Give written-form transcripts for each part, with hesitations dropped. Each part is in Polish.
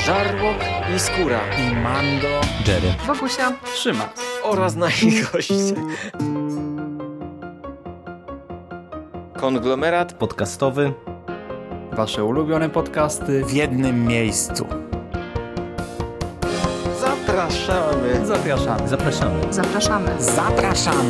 Żarłok i Skóra i Mando, Jerry, Wokusia, Trzyma oraz nasi goście. Konglomerat podcastowy. Wasze ulubione podcasty w jednym miejscu. Zapraszamy. Zapraszamy. Zapraszamy. zapraszamy. Zapraszamy.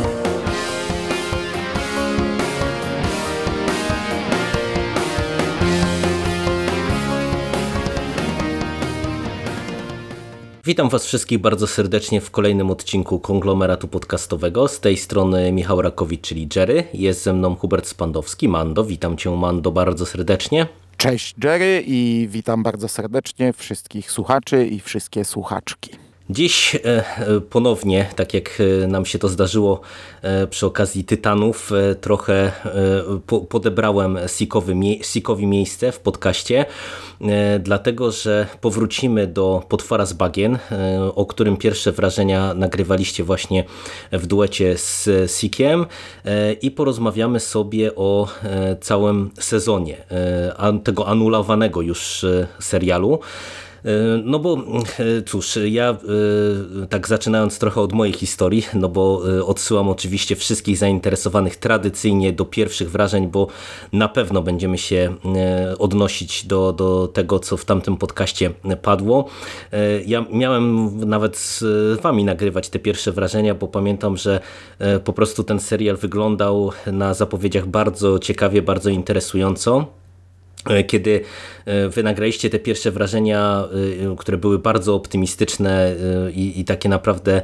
Witam Was wszystkich bardzo serdecznie w kolejnym odcinku Konglomeratu Podcastowego. Z tej strony Michał Rakowicz, czyli Jerry. Jest ze mną Hubert Spandowski. Mando, witam Cię, Mando, bardzo serdecznie. Cześć Jerry i witam bardzo serdecznie wszystkich słuchaczy i wszystkie słuchaczki. Dziś ponownie, tak jak nam się to zdarzyło przy okazji Tytanów, trochę podebrałem Sikowi miejsce w podcaście, dlatego że powrócimy do Potwora z bagien, o którym pierwsze wrażenia nagrywaliście właśnie w duecie z Sikiem, i porozmawiamy sobie o całym sezonie tego anulowanego już serialu. No bo cóż, ja tak zaczynając trochę od mojej historii, no bo odsyłam oczywiście wszystkich zainteresowanych tradycyjnie do pierwszych wrażeń, bo na pewno będziemy się odnosić do tego, co w tamtym podcaście padło. Ja miałem nawet z Wami nagrywać te pierwsze wrażenia, bo pamiętam, że po prostu ten serial wyglądał na zapowiedziach bardzo ciekawie, bardzo interesująco. Kiedy wy nagraliście te pierwsze wrażenia, które były bardzo optymistyczne i takie naprawdę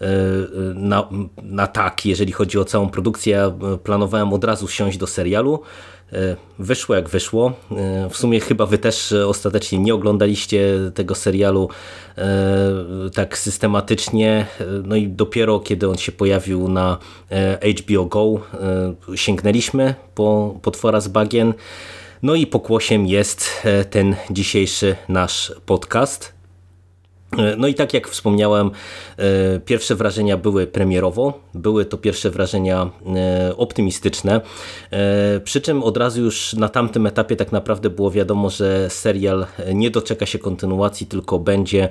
na tak, jeżeli chodzi o całą produkcję, ja planowałem od razu siąść do serialu. Wyszło jak wyszło. W sumie chyba wy też ostatecznie nie oglądaliście tego serialu tak systematycznie. No i dopiero kiedy on się pojawił na HBO Go, sięgnęliśmy po Potwora z bagien. No i pokłosiem jest ten dzisiejszy nasz podcast. No i tak jak wspomniałem, pierwsze wrażenia były premierowo, były to pierwsze wrażenia optymistyczne, przy czym od razu już na tamtym etapie tak naprawdę było wiadomo, że serial nie doczeka się kontynuacji, tylko będzie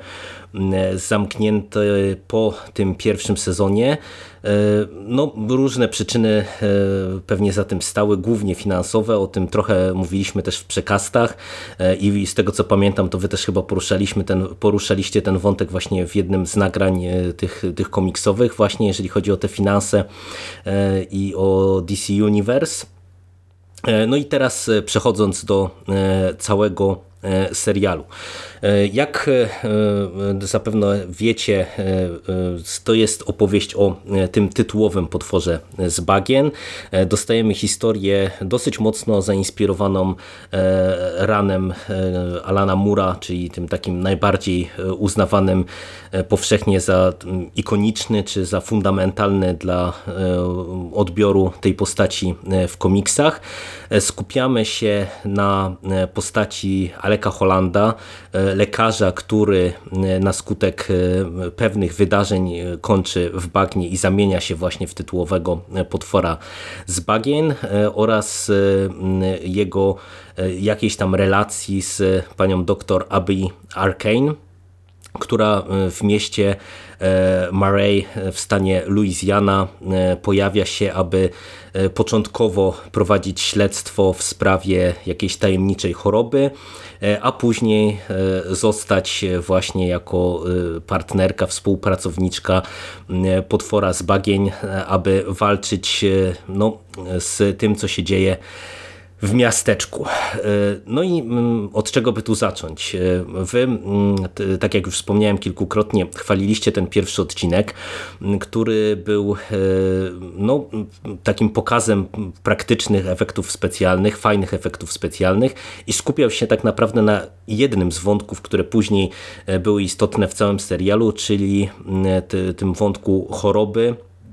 zamknięty po tym pierwszym sezonie. No, różne przyczyny pewnie za tym stały, głównie finansowe, o tym trochę mówiliśmy też w przekastach i z tego co pamiętam, to wy też chyba poruszaliście ten wątek właśnie w jednym z nagrań tych komiksowych, właśnie jeżeli chodzi o te finanse i o DC Universe. No i teraz przechodząc do całego serialu. Jak zapewne wiecie, to jest opowieść o tym tytułowym potworze z bagien. Dostajemy historię dosyć mocno zainspirowaną runem Alana Moore'a, czyli tym takim najbardziej uznawanym powszechnie za ikoniczny czy za fundamentalny dla odbioru tej postaci w komiksach. Skupiamy się na postaci Aleka Hollanda, lekarza, który na skutek pewnych wydarzeń kończy w bagnie i zamienia się właśnie w tytułowego potwora z bagien, oraz jego jakiejś tam relacji z panią doktor Abby Arkane, która w mieście Murray w stanie Louisiana pojawia się, aby początkowo prowadzić śledztwo w sprawie jakiejś tajemniczej choroby, a później zostać właśnie jako partnerka, współpracowniczka potwora z bagien, aby walczyć z tym, co się dzieje w miasteczku. No i od czego by tu zacząć? Wy, tak jak już wspomniałem kilkukrotnie, chwaliliście ten pierwszy odcinek, który był takim pokazem praktycznych efektów specjalnych, fajnych efektów specjalnych i skupiał się tak naprawdę na jednym z wątków, które później były istotne w całym serialu, czyli tym wątku choroby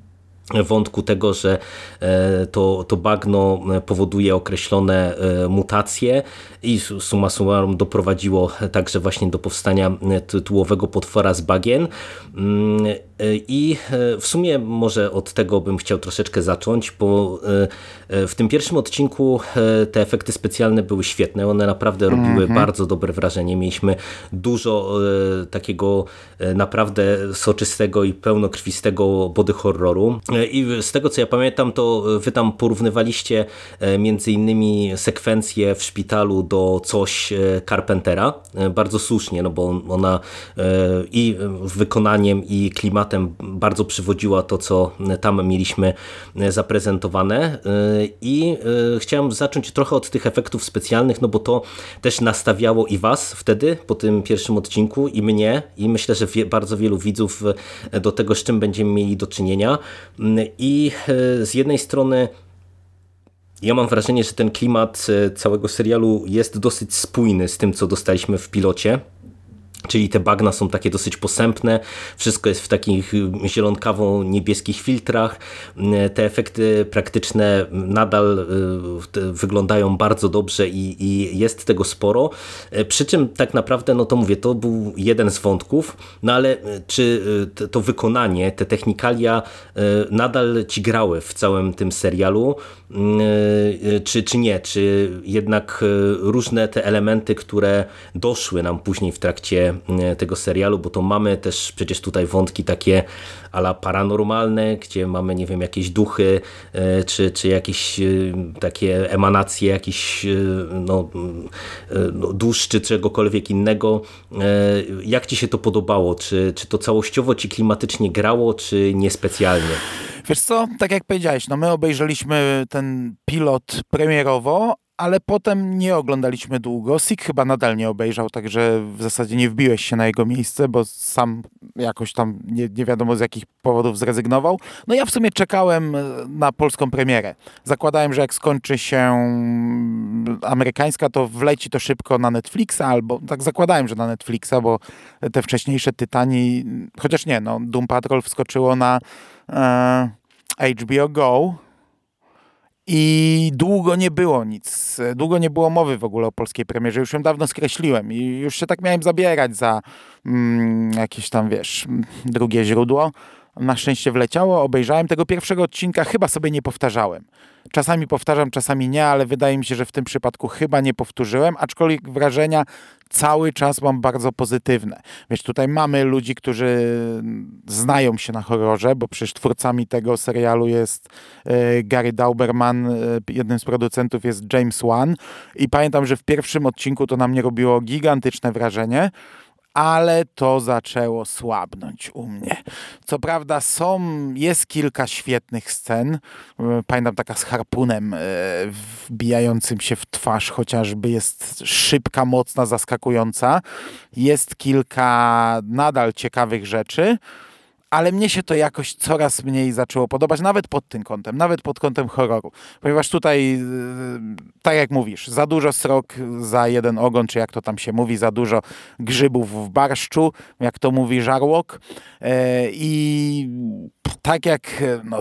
wątku tego, że to bagno powoduje określone mutacje i summa summarum doprowadziło także właśnie do powstania tytułowego potwora z bagien. I w sumie może od tego bym chciał troszeczkę zacząć, bo w tym pierwszym odcinku te efekty specjalne były świetne. One naprawdę robiły bardzo dobre wrażenie. Mieliśmy dużo takiego naprawdę soczystego i pełnokrwistego body horroru. I z tego co ja pamiętam, to wy tam porównywaliście między innymi sekwencje w szpitalu do Coś Carpentera. Bardzo słusznie, no bo ona i wykonaniem i klimatem bardzo przywodziła to, co tam mieliśmy zaprezentowane. I chciałem zacząć trochę od tych efektów specjalnych, no bo to też nastawiało i was wtedy po tym pierwszym odcinku i mnie i myślę, że bardzo wielu widzów do tego, z czym będziemy mieli do czynienia. I z jednej strony ja mam wrażenie, że ten klimat całego serialu jest dosyć spójny z tym, co dostaliśmy w pilocie. Czyli te bagna są takie dosyć posępne, wszystko jest w takich zielonkawo-niebieskich filtrach, te efekty praktyczne nadal wyglądają bardzo dobrze i jest tego sporo, przy czym tak naprawdę, no to mówię, to był jeden z wątków, no ale czy to wykonanie, te technikalia nadal ci grały w całym tym serialu, czy nie, czy jednak różne te elementy, które doszły nam później w trakcie tego serialu, bo to mamy też przecież tutaj wątki takie a la paranormalne, gdzie mamy, nie wiem, jakieś duchy, czy jakieś takie emanacje, jakichś dusz, czy czegokolwiek innego. Jak ci się to podobało? Czy to całościowo ci klimatycznie grało, czy niespecjalnie? Wiesz co, tak jak powiedziałeś, no my obejrzeliśmy ten pilot premierowo, ale potem nie oglądaliśmy długo. Sik chyba nadal nie obejrzał, także w zasadzie nie wbiłeś się na jego miejsce, bo sam jakoś tam nie wiadomo z jakich powodów zrezygnował. No ja w sumie czekałem na polską premierę. Zakładałem, że jak skończy się amerykańska, to wleci to szybko na Netflixa, albo tak zakładałem, że na Netflixa, bo te wcześniejsze Tytani, chociaż nie, no Doom Patrol wskoczyło na HBO Go. I długo nie było nic, długo nie było mowy w ogóle o polskiej premierze, już ją dawno skreśliłem i już się tak miałem zabierać za jakieś tam, wiesz, drugie źródło. Na szczęście wleciało, obejrzałem tego pierwszego odcinka, chyba sobie nie powtarzałem. Czasami powtarzam, czasami nie, ale wydaje mi się, że w tym przypadku chyba nie powtórzyłem, aczkolwiek wrażenia cały czas mam bardzo pozytywne. Wiesz, tutaj mamy ludzi, którzy znają się na horrorze, bo przecież twórcami tego serialu jest Gary Dauberman, jednym z producentów jest James Wan i pamiętam, że w pierwszym odcinku to na mnie robiło gigantyczne wrażenie, ale to zaczęło słabnąć u mnie. Co prawda jest kilka świetnych scen. Pamiętam taka z harpunem wbijającym się w twarz, chociażby jest szybka, mocna, zaskakująca. Jest kilka nadal ciekawych rzeczy, ale mnie się to jakoś coraz mniej zaczęło podobać, nawet pod tym kątem, nawet pod kątem horroru. Ponieważ tutaj, tak jak mówisz, za dużo srok za jeden ogon, czy jak to tam się mówi, za dużo grzybów w barszczu, jak to mówi Żarłok. I tak jak no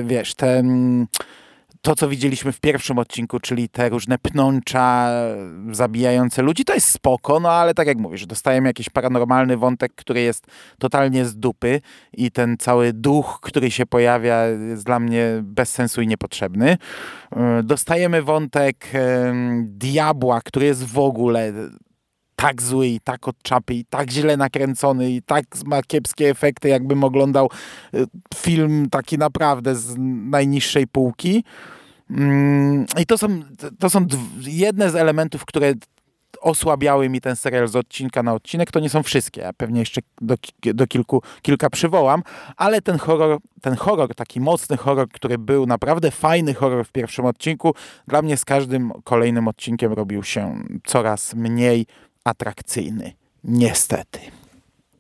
to, co widzieliśmy w pierwszym odcinku, czyli te różne pnącza zabijające ludzi, to jest spoko, no ale tak jak mówisz, dostajemy jakiś paranormalny wątek, który jest totalnie z dupy i ten cały duch, który się pojawia, jest dla mnie bez sensu i niepotrzebny. Dostajemy wątek diabła, który jest w ogóle tak zły i tak od czapy i tak źle nakręcony i tak ma kiepskie efekty, jakbym oglądał film taki naprawdę z najniższej półki. I to są jedne z elementów, które osłabiały mi ten serial z odcinka na odcinek. To nie są wszystkie, ja pewnie jeszcze do kilka przywołam, ale ten horror, taki mocny horror, który był naprawdę fajny horror w pierwszym odcinku, dla mnie z każdym kolejnym odcinkiem robił się coraz mniej atrakcyjny. Niestety.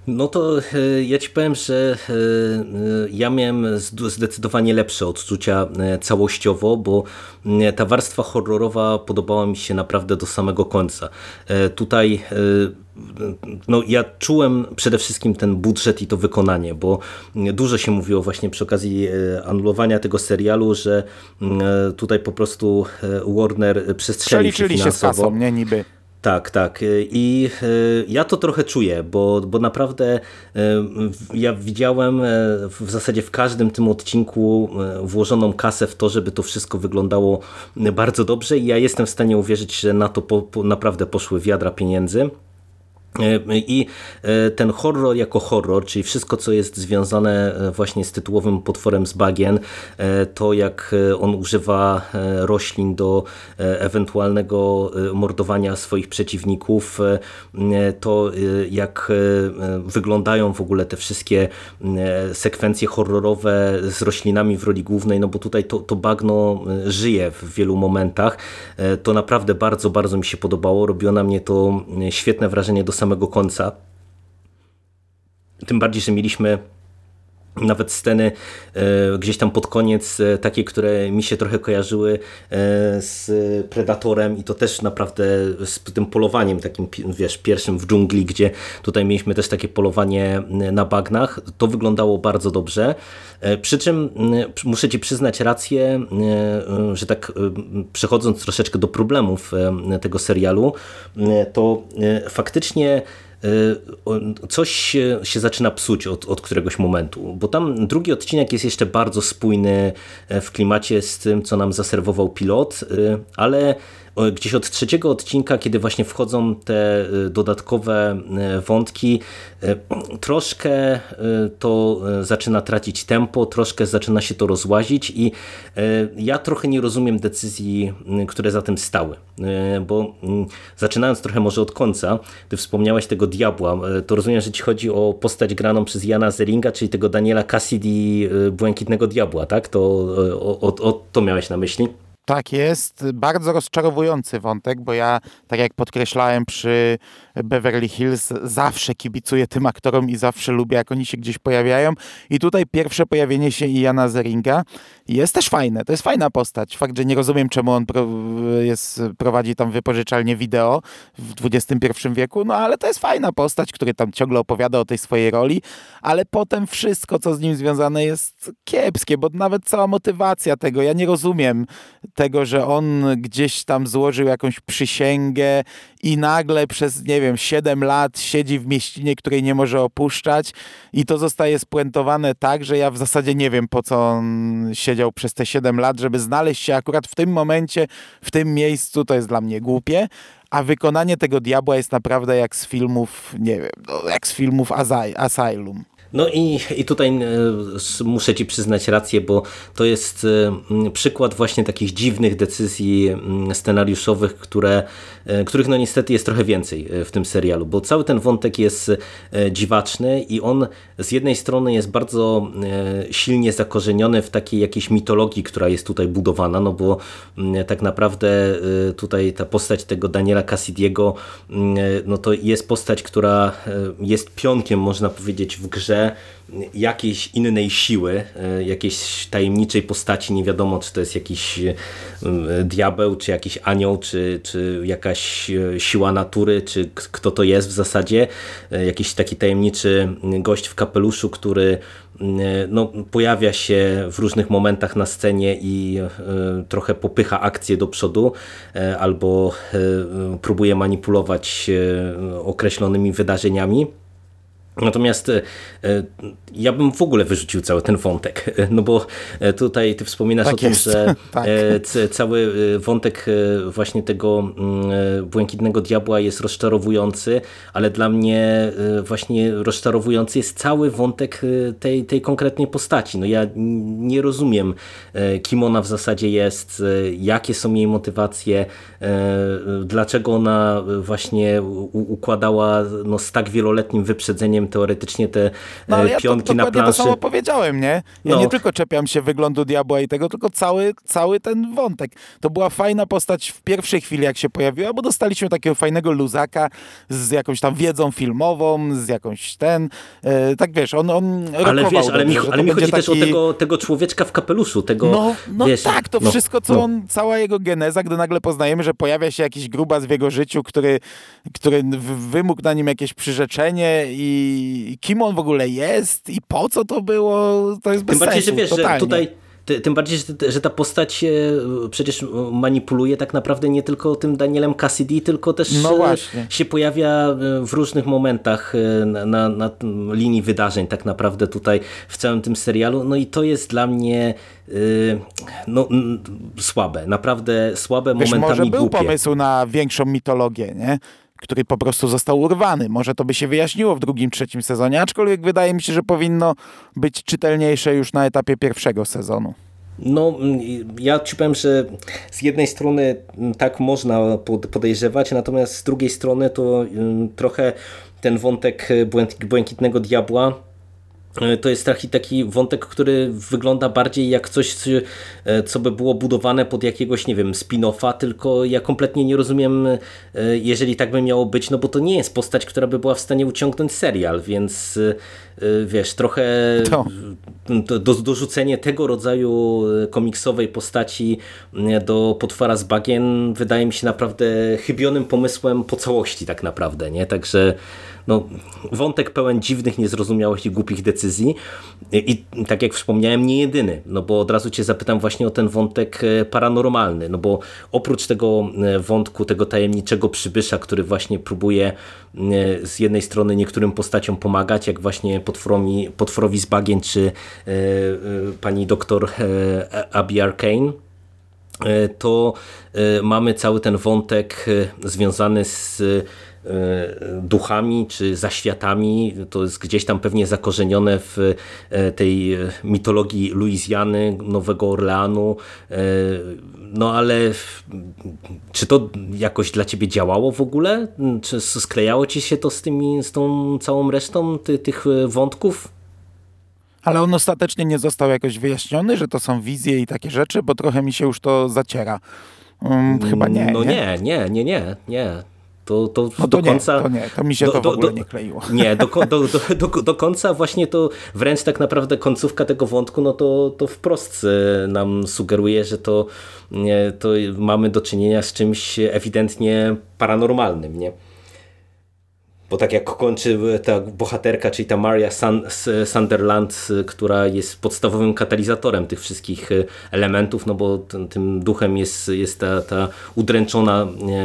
No to ja ci powiem, że ja miałem zdecydowanie lepsze odczucia całościowo, bo ta warstwa horrorowa podobała mi się naprawdę do samego końca. Tutaj no, ja czułem przede wszystkim ten budżet i to wykonanie, bo dużo się mówiło właśnie przy okazji anulowania tego serialu, że tutaj po prostu Warner przestrzelił się finansowo. się z kasą, nie niby. Tak, tak. I ja to trochę czuję, bo naprawdę ja widziałem w zasadzie w każdym tym odcinku włożoną kasę w to, żeby to wszystko wyglądało bardzo dobrze i ja jestem w stanie uwierzyć, że na to naprawdę poszły wiadra pieniędzy. I ten horror jako horror, czyli wszystko, co jest związane właśnie z tytułowym potworem z bagien, to jak on używa roślin do ewentualnego mordowania swoich przeciwników, to jak wyglądają w ogóle te wszystkie sekwencje horrorowe z roślinami w roli głównej, no bo tutaj to bagno żyje w wielu momentach. To naprawdę bardzo, bardzo mi się podobało. Robiło na mnie to świetne wrażenie do samego końca. Tym bardziej, że mieliśmy nawet sceny gdzieś tam pod koniec takie, które mi się trochę kojarzyły z Predatorem i to też naprawdę z tym polowaniem takim, wiesz, pierwszym w dżungli, gdzie tutaj mieliśmy też takie polowanie na bagnach. To wyglądało bardzo dobrze. Przy czym muszę ci przyznać rację, że tak przechodząc troszeczkę do problemów tego serialu, to faktycznie coś się zaczyna psuć od któregoś momentu, bo tam drugi odcinek jest jeszcze bardzo spójny w klimacie z tym, co nam zaserwował pilot, ale gdzieś od trzeciego odcinka, kiedy właśnie wchodzą te dodatkowe wątki, troszkę to zaczyna tracić tempo, troszkę zaczyna się to rozłazić i ja trochę nie rozumiem decyzji, które za tym stały, bo zaczynając trochę może od końca, ty wspomniałeś tego diabła, to rozumiem, że ci chodzi o postać graną przez Iana Zieringa, czyli tego Daniela Cassidy, Błękitnego Diabła, tak? To miałeś na myśli? Tak jest, bardzo rozczarowujący wątek, bo ja, tak jak podkreślałem przy Beverly Hills, zawsze kibicuję tym aktorom i zawsze lubię, jak oni się gdzieś pojawiają. I tutaj pierwsze pojawienie się Iana Zieringa jest też fajne, to jest fajna postać. Fakt, że nie rozumiem, czemu on prowadzi tam wypożyczalnię wideo w XXI wieku, no ale to jest fajna postać, który tam ciągle opowiada o tej swojej roli, ale potem wszystko, co z nim związane jest kiepskie, bo nawet cała motywacja tego, ja nie rozumiem tego, że on gdzieś tam złożył jakąś przysięgę i nagle przez, nie wiem, 7 lat siedzi w mieścinie, której nie może opuszczać i to zostaje spuentowane tak, że ja w zasadzie nie wiem, po co on siedział przez te 7 lat, żeby znaleźć się akurat w tym momencie, w tym miejscu, to jest dla mnie głupie. A wykonanie tego diabła jest naprawdę jak z filmów, nie wiem, jak z filmów Asylum. No i tutaj muszę ci przyznać rację, bo to jest przykład właśnie takich dziwnych decyzji scenariuszowych, których no niestety jest trochę więcej w tym serialu, bo cały ten wątek jest dziwaczny i on z jednej strony jest bardzo silnie zakorzeniony w takiej jakiejś mitologii, która jest tutaj budowana, no bo tak naprawdę tutaj ta postać tego Daniela Cassidy'ego, no to jest postać, która jest pionkiem, można powiedzieć, w grze jakiejś innej siły, jakiejś tajemniczej postaci, nie wiadomo, czy to jest jakiś diabeł, czy jakiś anioł, czy jakaś siła natury, czy kto to jest w zasadzie, jakiś taki tajemniczy gość w kapeluszu, który no, pojawia się w różnych momentach na scenie i trochę popycha akcję do przodu, albo próbuje manipulować określonymi wydarzeniami. Natomiast ja bym w ogóle wyrzucił cały ten wątek, no bo tutaj ty wspominasz tak o tym, jest. że tak. Cały wątek właśnie tego Błękitnego Diabła jest rozczarowujący, ale dla mnie właśnie rozczarowujący jest cały wątek tej konkretnej postaci. No ja nie rozumiem, kim ona w zasadzie jest, jakie są jej motywacje, dlaczego ona właśnie układała no, z tak wieloletnim wyprzedzeniem teoretycznie te No ale pionki ja na dokładnie to planszy. samo powiedziałem, nie? Ja No. nie tylko czepiam się wyglądu diabła i tego, tylko cały ten wątek. To była fajna postać w pierwszej chwili, jak się pojawiła, bo dostaliśmy takiego fajnego luzaka z jakąś tam wiedzą filmową, z jakąś tak wiesz, on Ale rokował wiesz, ale dobrze, że to mi będzie chodzi też taki... o tego człowieczka w kapeluszu, tego, No wiesz, tak, to wszystko, co on, cała jego geneza, gdy nagle poznajemy, że pojawia się jakiś grubas w jego życiu, który wymógł na nim jakieś przyrzeczenie i kim on w ogóle jest i po co to było, to jest bez Tym bardziej, sensu, że wiesz, totalnie. że tutaj tym bardziej, że ta postać przecież manipuluje tak naprawdę nie tylko tym Danielem Cassidy, tylko też No właśnie. się pojawia w różnych momentach na linii wydarzeń tak naprawdę tutaj w całym tym serialu. No i to jest dla mnie słabe, naprawdę słabe, Wiesz, momentami może był głupie. pomysł na większą mitologię, nie? Który po prostu został urwany. Może to by się wyjaśniło w drugim, trzecim sezonie, aczkolwiek wydaje mi się, że powinno być czytelniejsze już na etapie pierwszego sezonu. No, ja ci powiem, że z jednej strony tak można podejrzewać, natomiast z drugiej strony to trochę ten wątek Błękitnego Diabła to jest taki wątek, który wygląda bardziej jak coś, co by było budowane pod jakiegoś, nie wiem, spin-offa, tylko ja kompletnie nie rozumiem, jeżeli tak by miało być, no bo to nie jest postać, która by była w stanie uciągnąć serial, więc wiesz, trochę dorzucenie tego rodzaju komiksowej postaci do Potwora z bagien wydaje mi się naprawdę chybionym pomysłem po całości tak naprawdę, nie? Także no, wątek pełen dziwnych, niezrozumiałych i głupich decyzji i tak jak wspomniałem, nie jedyny, no bo od razu cię zapytam właśnie o ten wątek paranormalny, no bo oprócz tego wątku, tego tajemniczego przybysza, który właśnie próbuje z jednej strony niektórym postaciom pomagać, jak właśnie potworowi z bagien, czy pani doktor Abby Arkane, to mamy cały ten wątek związany z duchami czy zaświatami. To jest gdzieś tam pewnie zakorzenione w tej mitologii Luizjany, Nowego Orleanu. No ale czy to jakoś dla ciebie działało w ogóle? Czy sklejało ci się to z tą całą resztą tych wątków? Ale on ostatecznie nie został jakoś wyjaśniony, że to są wizje i takie rzeczy, bo trochę mi się już to zaciera. Chyba nie. No nie. To no do to końca... To mi się to w ogóle nie kleiło. Nie, do końca właśnie to wręcz tak naprawdę końcówka tego wątku, no to wprost nam sugeruje, że to mamy do czynienia z czymś ewidentnie paranormalnym, nie? Bo tak jak kończy ta bohaterka, czyli ta Maria Sunderland, która jest podstawowym katalizatorem tych wszystkich elementów, no bo tym duchem jest ta udręczona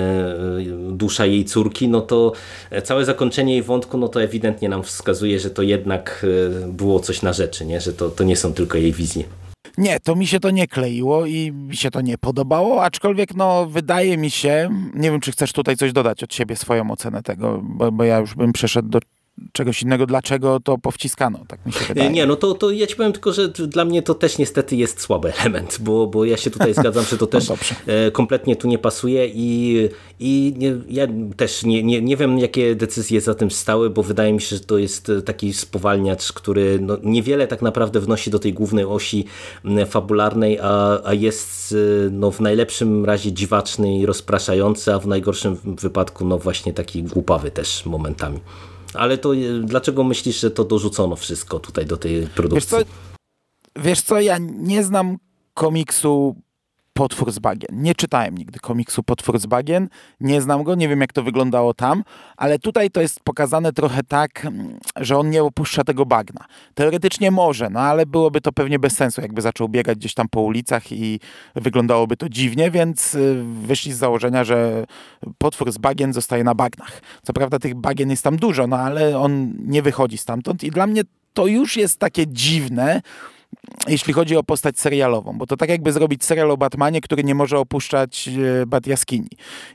dusza jej córki, no to całe zakończenie jej wątku, no to ewidentnie nam wskazuje, że to jednak było coś na rzeczy, nie? Że to nie są tylko jej wizje. Nie, to mi się to nie kleiło i mi się to nie podobało, aczkolwiek no wydaje mi się, nie wiem czy chcesz tutaj coś dodać od siebie, swoją ocenę tego, bo ja już bym przeszedł do czegoś innego, dlaczego to powciskano, tak mi się wydaje. Nie, no to ja ci powiem tylko, że dla mnie to też niestety jest słaby element, bo ja się tutaj zgadzam, że to też kompletnie tu nie pasuje i ja też nie wiem, jakie decyzje za tym stały, bo wydaje mi się, że to jest taki spowalniacz, który no, niewiele tak naprawdę wnosi do tej głównej osi fabularnej, a jest no, w najlepszym razie dziwaczny i rozpraszający, a w najgorszym wypadku no właśnie taki głupawy też momentami. Ale to dlaczego myślisz, że to dorzucono wszystko tutaj do tej produkcji? Wiesz co, ja nie znam komiksu Potwór z bagien. Nie czytałem nigdy komiksu Potwór z bagien, nie znam go, nie wiem jak to wyglądało tam, ale tutaj to jest pokazane trochę tak, że on nie opuszcza tego bagna. Teoretycznie może, no ale byłoby to pewnie bez sensu, jakby zaczął biegać gdzieś tam po ulicach i wyglądałoby to dziwnie, więc wyszli z założenia, że potwór z bagien zostaje na bagnach. Co prawda tych bagien jest tam dużo, no ale on nie wychodzi stamtąd i dla mnie to już jest takie dziwne, jeśli chodzi o postać serialową, bo to tak jakby zrobić serial o Batmanie, który nie może opuszczać Bat-jaskini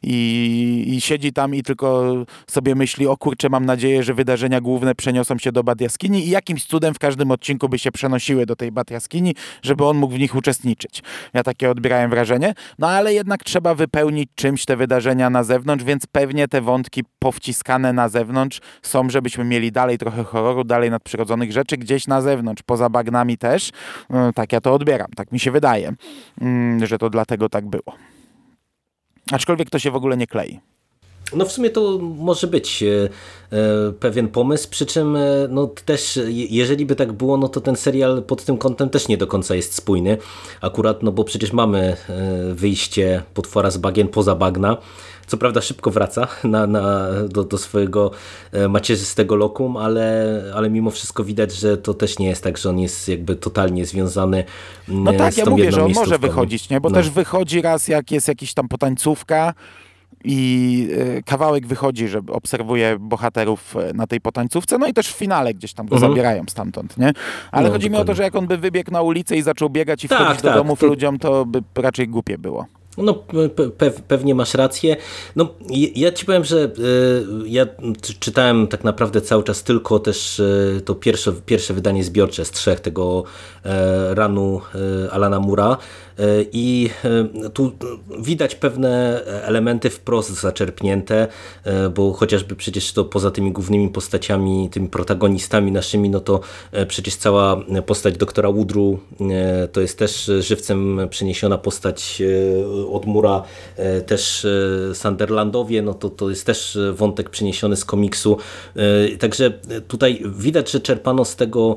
i siedzi tam i tylko sobie myśli, o kurczę, mam nadzieję, że wydarzenia główne przeniosą się do Bat-jaskini i jakimś cudem w każdym odcinku by się przenosiły do tej Bat-jaskini, żeby on mógł w nich uczestniczyć. Ja takie odbierałem wrażenie, no ale jednak trzeba wypełnić czymś te wydarzenia na zewnątrz, więc pewnie te wątki powciskane na zewnątrz są, żebyśmy mieli dalej trochę horroru, dalej nadprzyrodzonych rzeczy gdzieś na zewnątrz, poza bagnami też. Tak ja to odbieram, tak mi się wydaje, że to dlatego tak było. Aczkolwiek to się w ogóle nie klei. No w sumie to może być pewien pomysł, przy czym no też jeżeli by tak było, no to ten serial pod tym kątem też nie do końca jest spójny. Akurat, no bo przecież mamy wyjście potwora z bagien poza bagna. Co prawda szybko wraca do swojego macierzystego lokum, ale mimo wszystko widać, że to też nie jest tak, że on jest jakby totalnie związany no tak, z ja tą mówię, jedną że on miejscówką. może wychodzić, nie? Bo też wychodzi raz, jak jest jakiś tam potańcówka i kawałek wychodzi, że obserwuje bohaterów na tej potańcówce, no i też w finale gdzieś tam go zabierają stamtąd, nie? Ale No, chodzi mi o to, że jak on by wybiegł na ulicę i zaczął biegać i wchodzić do domów ludziom, to by raczej głupie było. No pewnie masz rację. No ja ci powiem, że ja czytałem tak naprawdę cały czas tylko też to pierwsze wydanie zbiorcze z 3 tego runu Alana Moore'a i tu widać pewne elementy wprost zaczerpnięte, bo chociażby przecież to poza tymi głównymi postaciami, tymi protagonistami naszymi, no to przecież cała postać doktora Woodrue to jest też żywcem przeniesiona postać od Moore'a, też Sunderlandowie, no to jest też wątek przeniesiony z komiksu. Także tutaj widać, że czerpano z tego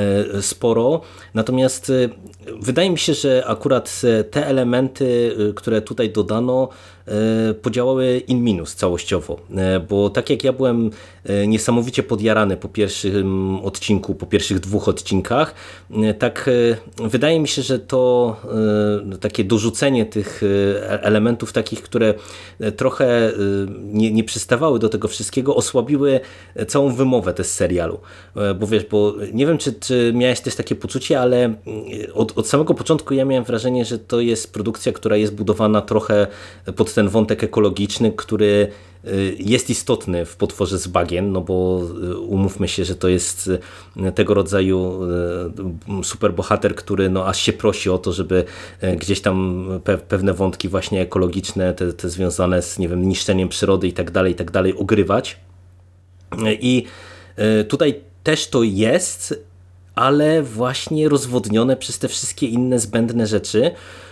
sporo, natomiast wydaje mi się, że akurat te elementy, które tutaj dodano, podziałały in minus całościowo, bo tak jak ja byłem niesamowicie podjarany po pierwszym odcinku, po pierwszych 2 odcinkach, tak wydaje mi się, że to takie dorzucenie tych elementów takich, które trochę nie przystawały do tego wszystkiego, osłabiły całą wymowę też serialu, bo wiesz, bo nie wiem, czy miałeś też takie poczucie, ale od samego początku ja miałem wrażenie, że to jest produkcja, która jest budowana trochę pod ten wątek ekologiczny, który jest istotny w potworze z bagien, no bo umówmy się, że to jest tego rodzaju superbohater, który no aż się prosi o to, żeby gdzieś tam pewne wątki właśnie ekologiczne, te związane z, nie wiem, niszczeniem przyrody i tak dalej ogrywać. I tutaj też to jest, ale właśnie rozwodnione przez te wszystkie inne zbędne rzeczy.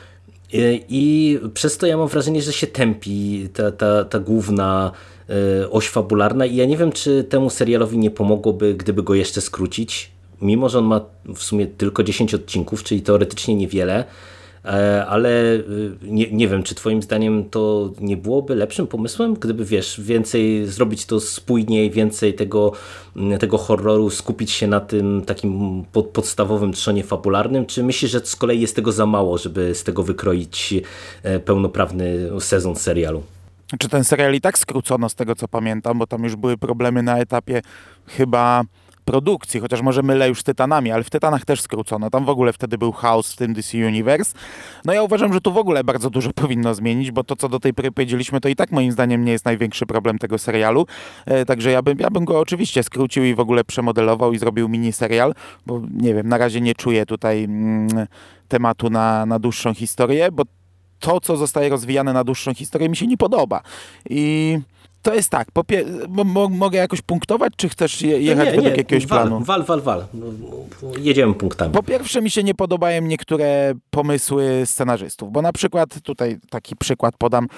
I przez to ja mam wrażenie, że się tępi ta główna oś fabularna i ja nie wiem, czy temu serialowi nie pomogłoby, gdyby go jeszcze skrócić, mimo że on ma w sumie tylko 10 odcinków, czyli teoretycznie niewiele, ale nie wiem, czy twoim zdaniem to nie byłoby lepszym pomysłem, gdyby, wiesz, więcej zrobić to spójniej, więcej tego horroru, skupić się na tym takim podstawowym trzonie fabularnym, czy myślisz, że z kolei jest tego za mało, żeby z tego wykroić pełnoprawny sezon serialu? Czy ten serial i tak skrócono z tego, co pamiętam, bo tam już były problemy na etapie chyba produkcji, chociaż może mylę już z Tytanami, ale w Tytanach też skrócono. Tam w ogóle wtedy był chaos w tym DC Universe. No ja uważam, że tu w ogóle bardzo dużo powinno zmienić, bo to, co do tej pory powiedzieliśmy, to i tak moim zdaniem nie jest największy problem tego serialu. Także ja bym go oczywiście skrócił i w ogóle przemodelował i zrobił miniserial, bo nie wiem, na razie nie czuję tutaj tematu na dłuższą historię, bo to, co zostaje rozwijane na dłuższą historię, mi się nie podoba. I to jest tak, mogę jakoś punktować, czy chcesz jechać według jakiegoś planu? Wal. Jedziemy punktami. Po pierwsze, mi się nie podobają niektóre pomysły scenarzystów, bo na przykład, tutaj taki przykład podam,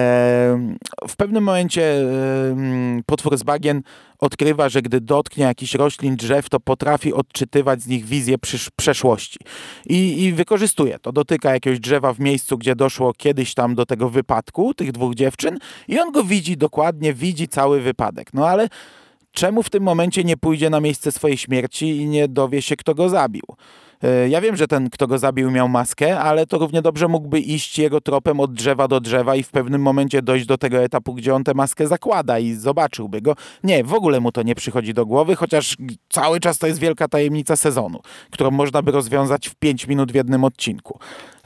w pewnym momencie potwór z bagien odkrywa, że gdy dotknie jakichś roślin, drzew, to potrafi odczytywać z nich wizję przeszłości. I wykorzystuje to. Dotyka jakiegoś drzewa w miejscu, gdzie doszło kiedyś tam do tego wypadku tych 2 dziewczyn i on go widzi dokładnie, widzi cały wypadek. No ale czemu w tym momencie nie pójdzie na miejsce swojej śmierci i nie dowie się, kto go zabił? Ja wiem, że ten, kto go zabił, miał maskę, ale to równie dobrze mógłby iść jego tropem od drzewa do drzewa i w pewnym momencie dojść do tego etapu, gdzie on tę maskę zakłada i zobaczyłby go. Nie, w ogóle mu to nie przychodzi do głowy, chociaż cały czas to jest wielka tajemnica sezonu, którą można by rozwiązać w 5 minut w jednym odcinku.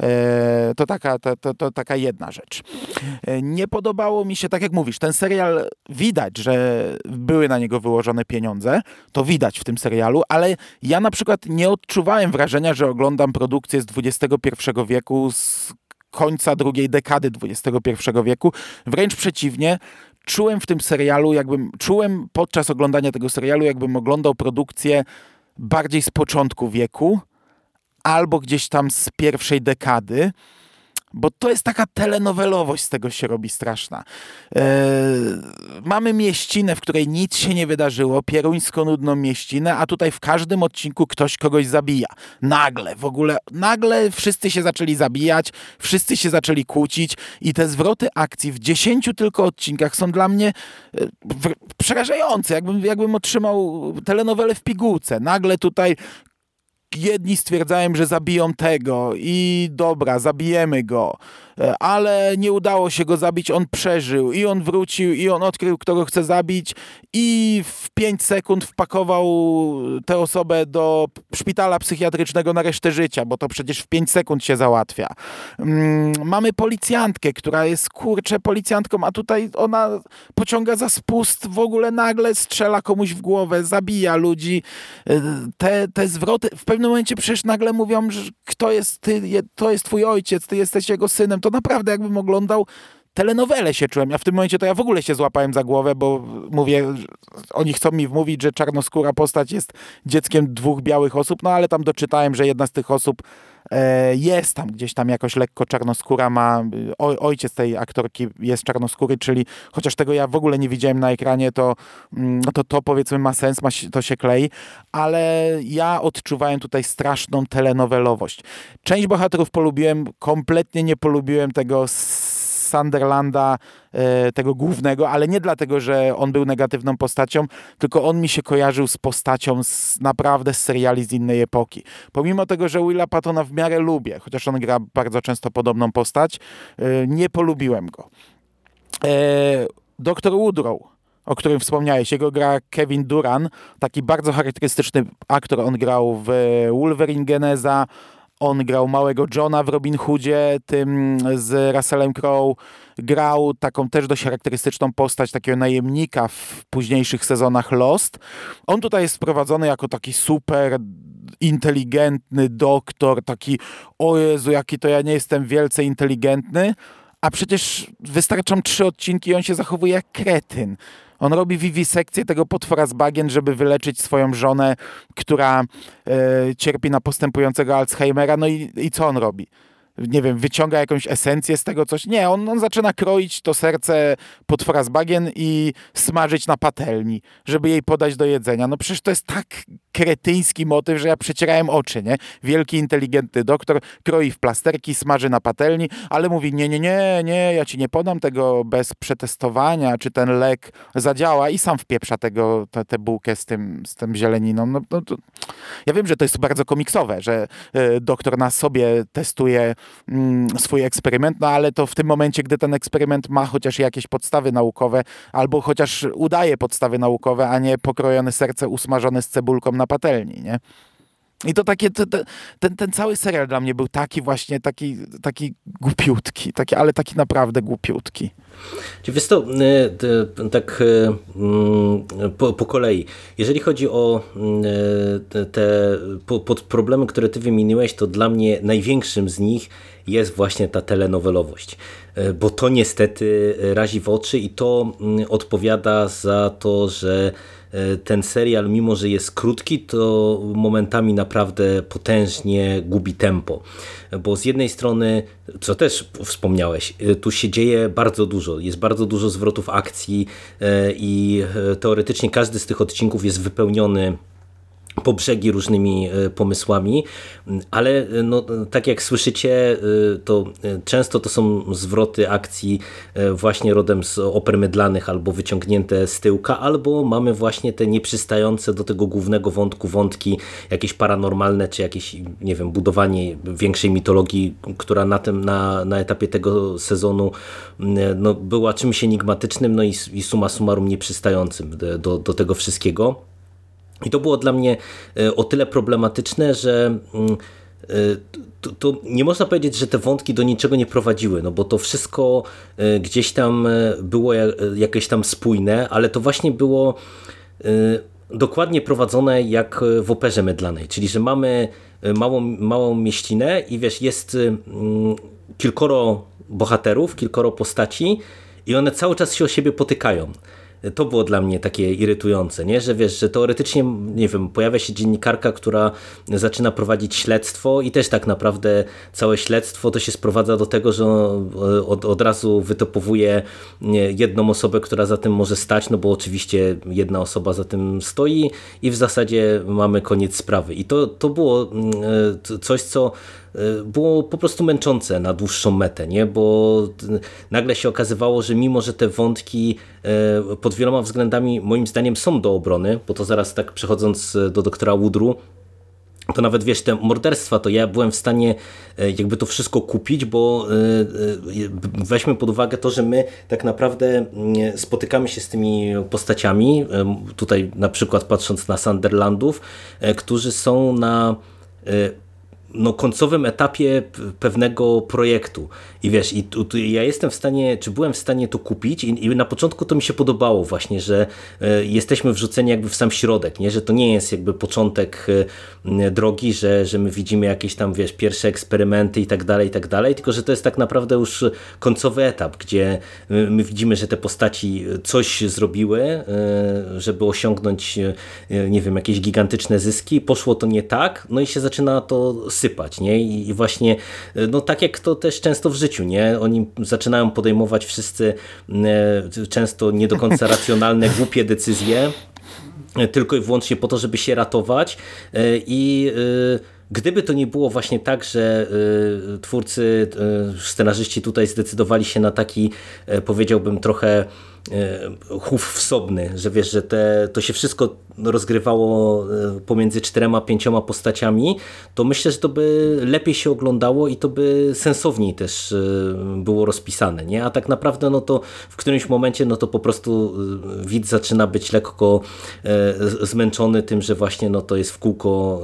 To taka jedna rzecz. Nie podobało mi się, tak jak mówisz, ten serial widać, że były na niego wyłożone pieniądze, to widać w tym serialu, ale ja na przykład nie odczuwałem wrażenia, że oglądam produkcję z XXI wieku, z końca drugiej dekady XXI wieku. Wręcz przeciwnie, czułem w tym serialu, czułem podczas oglądania tego serialu, jakbym oglądał produkcję bardziej z początku wieku, albo gdzieś tam z pierwszej dekady, bo to jest taka telenowelowość, z tego się robi straszna. Mamy mieścinę, w której nic się nie wydarzyło, pieruńsko nudną mieścinę, a tutaj w każdym odcinku ktoś kogoś zabija. Nagle wszyscy się zaczęli zabijać, wszyscy się zaczęli kłócić i te zwroty akcji w 10 tylko odcinkach są dla mnie przerażające, jakbym otrzymał telenowelę w pigułce. Nagle tutaj jedni stwierdzają, że zabiją tego i dobra, zabijemy go, ale nie udało się go zabić, on przeżył i on wrócił i on odkrył, kto go chce zabić i w 5 sekund wpakował tę osobę do szpitala psychiatrycznego na resztę życia, bo to przecież w 5 sekund się załatwia. Mamy policjantkę, która jest policjantką, a tutaj ona pociąga za spust, w ogóle nagle strzela komuś w głowę, zabija ludzi. Te zwroty w pewnym momencie przecież nagle mówią, że to jest twój ojciec, ty jesteś jego synem. To naprawdę jakbym oglądał telenowelę się czułem. Ja w tym momencie to ja w ogóle się złapałem za głowę, bo mówię, oni chcą mi wmówić, że czarnoskóra postać jest dzieckiem 2 białych osób, no ale tam doczytałem, że jedna z tych osób jest tam gdzieś tam jakoś lekko czarnoskóra, ojciec tej aktorki jest czarnoskóry, czyli chociaż tego ja w ogóle nie widziałem na ekranie, to powiedzmy ma sens, to się klei, ale ja odczuwałem tutaj straszną telenowelowość. Część bohaterów polubiłem, kompletnie nie polubiłem tego Sunderlanda, tego głównego, ale nie dlatego, że on był negatywną postacią, tylko on mi się kojarzył z postacią naprawdę z seriali z innej epoki. Pomimo tego, że Willa Pattona w miarę lubię, chociaż on gra bardzo często podobną postać, nie polubiłem go. Dr. Woodrow, o którym wspomniałeś, jego gra Kevin Duran, taki bardzo charakterystyczny aktor, on grał w Wolverine Geneza, on grał małego Johna w Robin Hoodzie, tym z Russellem Crowe. Grał taką też dość charakterystyczną postać takiego najemnika w późniejszych sezonach Lost. On tutaj jest wprowadzony jako taki super inteligentny doktor, taki o Jezu, jaki to ja nie jestem wielce inteligentny, a przecież wystarczą 3 odcinki i on się zachowuje jak kretyn. On robi wiwisekcję tego potwora z bagien, żeby wyleczyć swoją żonę, która cierpi na postępującego Alzheimera. No i co on robi? Nie wiem, wyciąga jakąś esencję z tego coś? Nie, on zaczyna kroić to serce potwora z bagien i smażyć na patelni, żeby jej podać do jedzenia. No przecież to jest tak kretyński motyw, że ja przecierałem oczy, nie? Wielki, inteligentny doktor kroi w plasterki, smaży na patelni, ale mówi nie, ja ci nie podam tego bez przetestowania, czy ten lek zadziała i sam wpieprza tę bułkę z tym zieleniną. Ja wiem, że to jest bardzo komiksowe, że doktor na sobie testuje swój eksperyment, no ale to w tym momencie, gdy ten eksperyment ma chociaż jakieś podstawy naukowe, albo chociaż udaje podstawy naukowe, a nie pokrojone serce usmażone z cebulką na patelni, nie? I to ten cały serial dla mnie był taki właśnie, taki głupiutki, ale taki naprawdę głupiutki. Wiesz to, tak po kolei. Jeżeli chodzi o te problemy, które ty wymieniłeś, to dla mnie największym z nich jest właśnie ta telenowelowość. Bo to niestety razi w oczy i to odpowiada za to, że ten serial, mimo że jest krótki, to momentami naprawdę potężnie gubi tempo. Bo z jednej strony, co też wspomniałeś, tu się dzieje bardzo dużo. Jest bardzo dużo zwrotów akcji i teoretycznie każdy z tych odcinków jest wypełniony po brzegi różnymi pomysłami, ale no, tak jak słyszycie, to często to są zwroty akcji właśnie rodem z oper mydlanych albo wyciągnięte z tyłka, albo mamy właśnie te nieprzystające do tego głównego wątki, jakieś paranormalne, czy jakieś, nie wiem, budowanie większej mitologii, która na etapie tego sezonu no, była czymś enigmatycznym, no i summa summarum nieprzystającym do tego wszystkiego. I to było dla mnie o tyle problematyczne, że to nie można powiedzieć, że te wątki do niczego nie prowadziły, no bo to wszystko gdzieś tam było jakieś tam spójne, ale to właśnie było dokładnie prowadzone jak w operze mydlanej, czyli że mamy małą mieścinę i wiesz, jest kilkoro bohaterów, kilkoro postaci i one cały czas się o siebie potykają. To było dla mnie takie irytujące, nie? Że wiesz, że teoretycznie, nie wiem, pojawia się dziennikarka, która zaczyna prowadzić śledztwo i też tak naprawdę całe śledztwo to się sprowadza do tego, że od razu wytopowuje jedną osobę, która za tym może stać, no bo oczywiście jedna osoba za tym stoi i w zasadzie mamy koniec sprawy. I to było coś, co było po prostu męczące na dłuższą metę, nie? Bo nagle się okazywało, że mimo, że te wątki pod wieloma względami moim zdaniem są do obrony, bo to zaraz tak przechodząc do doktora Woodru, to nawet wiesz, te morderstwa, to ja byłem w stanie jakby to wszystko kupić, bo weźmy pod uwagę to, że my tak naprawdę spotykamy się z tymi postaciami, tutaj na przykład patrząc na Sunderlandów, którzy są na no, końcowym etapie pewnego projektu. I wiesz, ja jestem w stanie, czy byłem w stanie to kupić i na początku to mi się podobało właśnie, że jesteśmy wrzuceni jakby w sam środek, nie? Że to nie jest jakby początek drogi, że my widzimy jakieś tam, wiesz, pierwsze eksperymenty i tak dalej, tylko że to jest tak naprawdę już końcowy etap, gdzie my widzimy, że te postaci coś zrobiły, żeby osiągnąć, nie wiem, jakieś gigantyczne zyski, poszło to nie tak, no i się zaczyna to sypać, nie? I właśnie, no tak jak to też często w życiu, nie? Oni zaczynają podejmować wszyscy często nie do końca racjonalne, głupie decyzje, tylko i wyłącznie po to, żeby się ratować i gdyby to nie było właśnie tak, że twórcy, scenarzyści tutaj zdecydowali się na taki, powiedziałbym, trochę chów wsobny, że wiesz, że to się wszystko rozgrywało pomiędzy 4-5 postaciami, to myślę, że to by lepiej się oglądało i to by sensowniej też było rozpisane, nie? A tak naprawdę no to w którymś momencie no to po prostu widz zaczyna być lekko zmęczony tym, że właśnie no to jest w kółko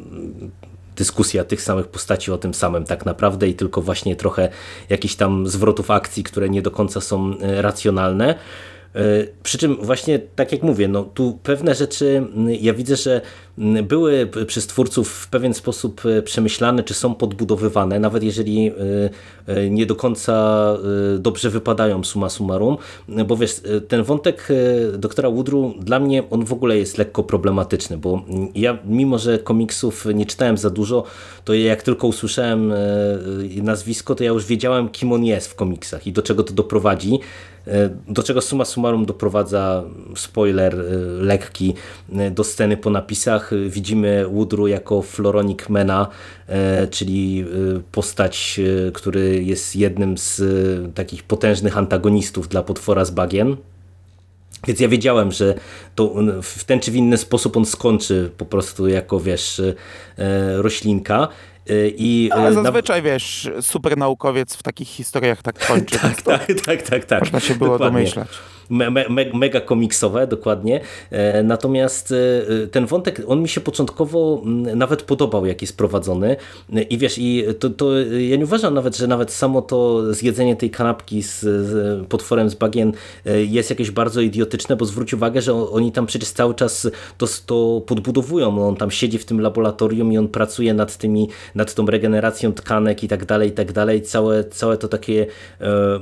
dyskusja tych samych postaci o tym samym tak naprawdę i tylko właśnie trochę jakichś tam zwrotów akcji, które nie do końca są racjonalne. Przy czym właśnie tak jak mówię, no tu pewne rzeczy ja widzę, że były przez twórców w pewien sposób przemyślane, czy są podbudowywane, nawet jeżeli nie do końca dobrze wypadają summa summarum, bo wiesz, ten wątek doktora Woodru dla mnie on w ogóle jest lekko problematyczny, bo ja mimo, że komiksów nie czytałem za dużo, to jak tylko usłyszałem nazwisko, to ja już wiedziałem, kim on jest w komiksach i do czego to doprowadzi. Do czego summa summarum doprowadza, spoiler lekki, do sceny po napisach. Widzimy Woodru jako Floronic Mena, czyli postać, który jest jednym z takich potężnych antagonistów dla potwora z bagien. Więc ja wiedziałem, że to w ten czy w inny sposób on skończy po prostu jako, wiesz, roślinka. Ale zazwyczaj, wiesz, super naukowiec w takich historiach tak kończy. Tak. Można się było dokładnie domyślać. Mega komiksowe, dokładnie. Natomiast ten wątek, on mi się początkowo nawet podobał, jak jest prowadzony. I wiesz, to ja nie uważam nawet, że nawet samo to zjedzenie tej kanapki z potworem z bagien jest jakieś bardzo idiotyczne, bo zwróć uwagę, że oni tam przecież cały czas to podbudowują. On tam siedzi w tym laboratorium i on pracuje nad tą regeneracją tkanek i tak dalej. Całe to takie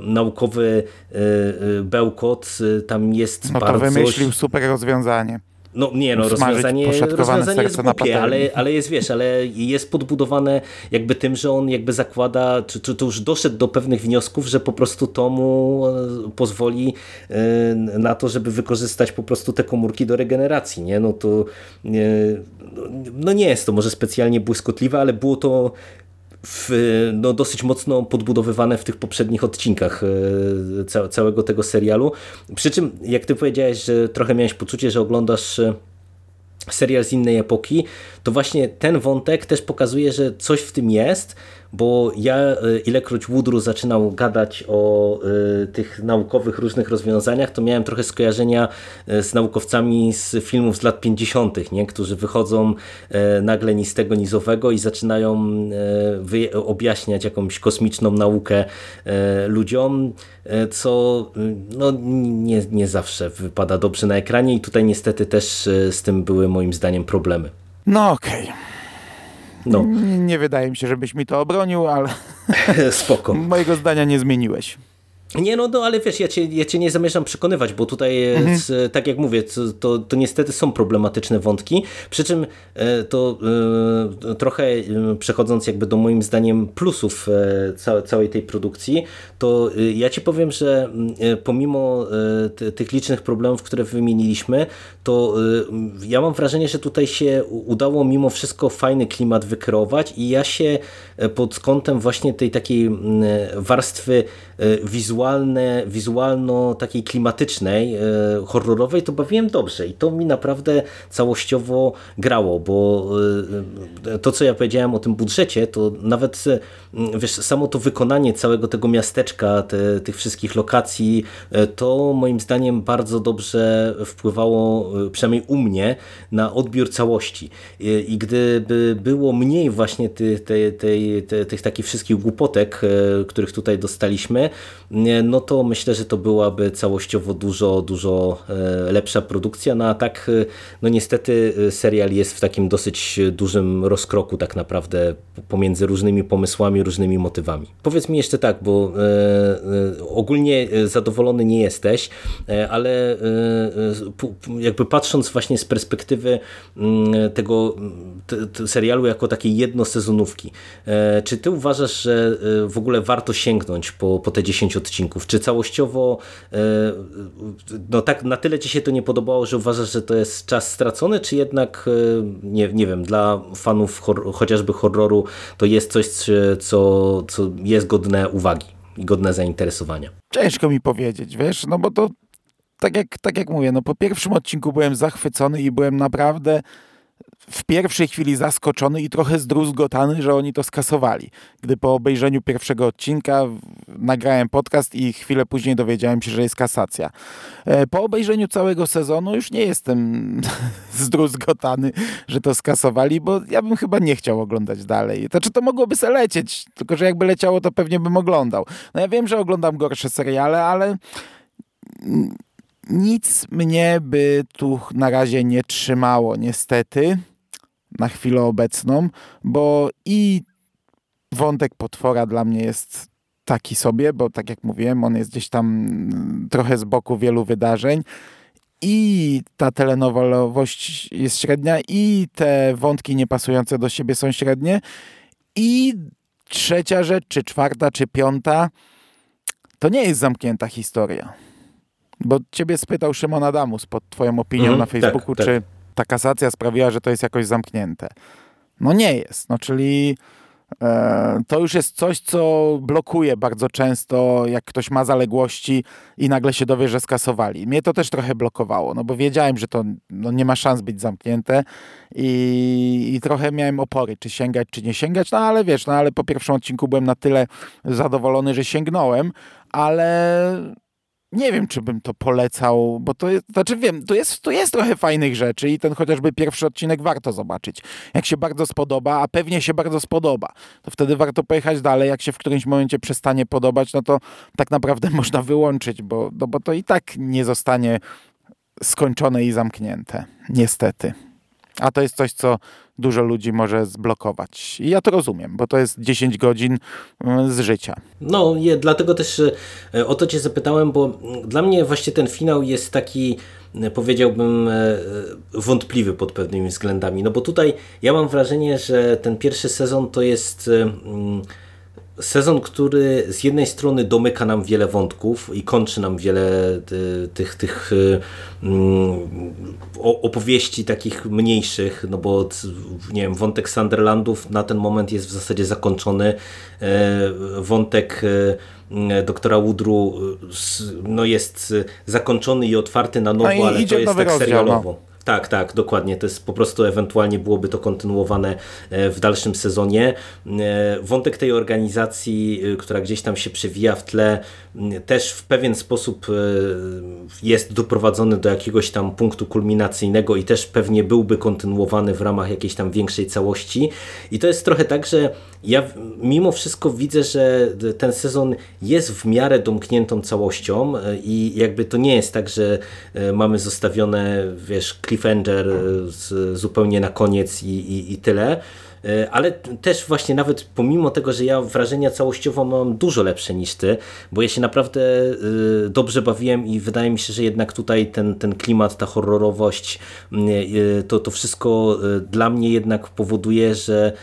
naukowy bełkot tam jest no bardzo... to wymyślił super rozwiązanie. rozwiązanie jest serce na głupie, patelni. ale jest, wiesz, ale jest podbudowane jakby tym, że on jakby zakłada, czy to już doszedł do pewnych wniosków, że po prostu to mu pozwoli na to, żeby wykorzystać po prostu te komórki do regeneracji, nie? No to nie jest to może specjalnie błyskotliwe, ale było to dosyć mocno podbudowywane w tych poprzednich odcinkach całego tego serialu. Przy czym, jak ty powiedziałeś, że trochę miałeś poczucie, że oglądasz serial z innej epoki, to właśnie ten wątek też pokazuje, że coś w tym jest, bo ja ilekroć Woodrue zaczynał gadać o tych naukowych różnych rozwiązaniach, to miałem trochę skojarzenia z naukowcami z filmów z lat 50., nie? Którzy wychodzą nagle ni z tego, ni z owego i zaczynają objaśniać jakąś kosmiczną naukę ludziom, co nie zawsze wypada dobrze na ekranie i tutaj niestety też z tym były moim zdaniem problemy. No okej. No. Nie wydaje mi się, żebyś mi to obronił, ale Spoko. mojego zdania nie zmieniłeś. Nie, ale wiesz, ja cię nie zamierzam przekonywać, bo tutaj, tak jak mówię, to niestety są problematyczne wątki, przy czym to trochę przechodząc jakby do moim zdaniem plusów całej tej produkcji, to ja ci powiem, że pomimo tych licznych problemów, które wymieniliśmy, to ja mam wrażenie, że tutaj się udało mimo wszystko fajny klimat wykreować i ja się pod kątem właśnie tej takiej warstwy wizualno takiej klimatycznej, horrorowej, to bawiłem dobrze i to mi naprawdę całościowo grało, bo to, co ja powiedziałem o tym budżecie, to nawet wiesz, samo to wykonanie całego tego miasteczka, tych wszystkich lokacji, to moim zdaniem bardzo dobrze wpływało, przynajmniej u mnie, na odbiór całości. I gdyby było mniej właśnie tych takich wszystkich głupotek, których tutaj dostaliśmy, no to myślę, że to byłaby całościowo dużo lepsza produkcja, no a tak no niestety serial jest w takim dosyć dużym rozkroku tak naprawdę pomiędzy różnymi pomysłami, różnymi motywami. Powiedz mi jeszcze tak, bo ogólnie zadowolony nie jesteś, ale jakby patrząc właśnie z perspektywy tego serialu jako takiej jednosezonówki, czy ty uważasz, że w ogóle warto sięgnąć po te 10 odcinków? Czy całościowo no tak na tyle ci się to nie podobało, że uważasz, że to jest czas stracony, czy jednak nie wiem, dla fanów chociażby horroru to jest coś, co jest godne uwagi i godne zainteresowania? Ciężko mi powiedzieć, wiesz, no bo to tak jak mówię, no po pierwszym odcinku byłem zachwycony i byłem naprawdę w pierwszej chwili zaskoczony i trochę zdruzgotany, że oni to skasowali. Gdy po obejrzeniu pierwszego odcinka nagrałem podcast i chwilę później dowiedziałem się, że jest kasacja. Po obejrzeniu całego sezonu już nie jestem zdruzgotany, że to skasowali, bo ja bym chyba nie chciał oglądać dalej. Znaczy to mogłoby se lecieć, tylko że jakby leciało, to pewnie bym oglądał. No ja wiem, że oglądam gorsze seriale, ale nic mnie by tu na razie nie trzymało, niestety, na chwilę obecną, bo i wątek potwora dla mnie jest taki sobie, bo tak jak mówiłem, on jest gdzieś tam trochę z boku wielu wydarzeń i ta telenowalowość jest średnia i te wątki niepasujące do siebie są średnie i trzecia rzecz, czy czwarta, czy piąta, to nie jest zamknięta historia. Bo ciebie spytał Szymon Adamus pod twoją opinią na Facebooku, tak. czy ta kasacja sprawiła, że to jest jakoś zamknięte. No nie jest. No czyli to już jest coś, co blokuje bardzo często, jak ktoś ma zaległości i nagle się dowie, że skasowali. Mnie to też trochę blokowało, no bo wiedziałem, że to nie ma szans być zamknięte i trochę miałem opory, czy sięgać, czy nie sięgać, no ale wiesz, no ale po pierwszym odcinku byłem na tyle zadowolony, że sięgnąłem, ale nie wiem, czy bym to polecał, bo to jest, znaczy wiem, tu jest trochę fajnych rzeczy i ten chociażby pierwszy odcinek warto zobaczyć. Jak się bardzo spodoba, a pewnie się bardzo spodoba, to wtedy warto pojechać dalej. Jak się w którymś momencie przestanie podobać, no to tak naprawdę można wyłączyć, bo to i tak nie zostanie skończone i zamknięte. Niestety. A to jest coś, co dużo ludzi może zblokować. I ja to rozumiem, bo to jest 10 godzin z życia. No, dlatego też o to cię zapytałem, bo dla mnie właśnie ten finał jest taki, powiedziałbym, wątpliwy pod pewnymi względami. No bo tutaj ja mam wrażenie, że ten pierwszy sezon to jest sezon, który z jednej strony domyka nam wiele wątków i kończy nam wiele tych opowieści takich mniejszych, no bo nie wiem, wątek Sunderlandów na ten moment jest w zasadzie zakończony. Wątek doktora Woodru no jest zakończony i otwarty na nowo, no ale to jest tak rozdział, serialowo. No. Tak, dokładnie. To jest po prostu ewentualnie byłoby to kontynuowane w dalszym sezonie. Wątek tej organizacji, która gdzieś tam się przewija w tle, też w pewien sposób jest doprowadzony do jakiegoś tam punktu kulminacyjnego i też pewnie byłby kontynuowany w ramach jakiejś tam większej całości. I to jest trochę tak, że ja mimo wszystko widzę, że ten sezon jest w miarę domkniętą całością i jakby to nie jest tak, że mamy zostawione, wiesz, cliffhanger zupełnie na koniec i tyle. Ale też właśnie nawet pomimo tego, że ja wrażenia całościowo mam dużo lepsze niż ty, bo ja się naprawdę dobrze bawiłem i wydaje mi się, że jednak tutaj ten klimat, ta horrorowość, to wszystko dla mnie jednak powoduje, że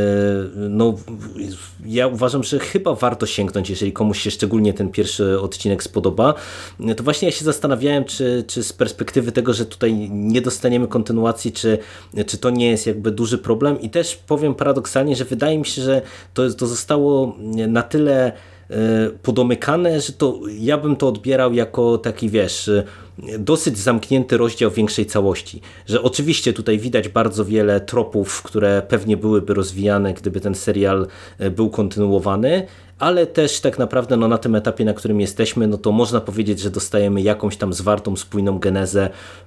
no, ja uważam, że chyba warto sięgnąć, jeżeli komuś się szczególnie ten pierwszy odcinek spodoba. To właśnie ja się zastanawiałem, czy z perspektywy tego, że tutaj nie dostaniemy kontynuacji, czy to nie jest jakby duży problem i też powiem paradoksalnie, że wydaje mi się, że to zostało na tyle podomykane, że to ja bym to odbierał jako taki, wiesz, dosyć zamknięty rozdział większej całości. Że oczywiście tutaj widać bardzo wiele tropów, które pewnie byłyby rozwijane, gdyby ten serial był kontynuowany, ale też tak naprawdę no, na tym etapie, na którym jesteśmy, no to można powiedzieć, że dostajemy jakąś tam zwartą, spójną genezę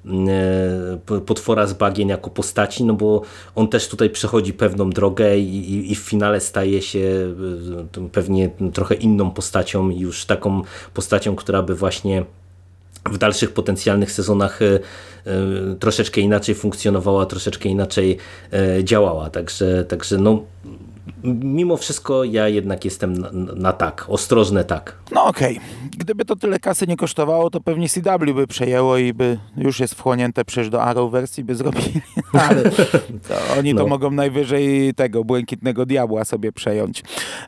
potwora z bagien jako postaci, no bo on też tutaj przechodzi pewną drogę i w finale staje się pewnie trochę inną postacią, już taką postacią, która by właśnie w dalszych potencjalnych sezonach troszeczkę inaczej funkcjonowała, troszeczkę inaczej działała. Także no mimo wszystko ja jednak jestem na tak, ostrożne tak. No okej. Gdyby to tyle kasy nie kosztowało, to pewnie CW by przejęło i by już jest wchłonięte przecież do Arrowverse i by zrobili. Ale to oni to mogą najwyżej tego Błękitnego Diabła sobie przejąć.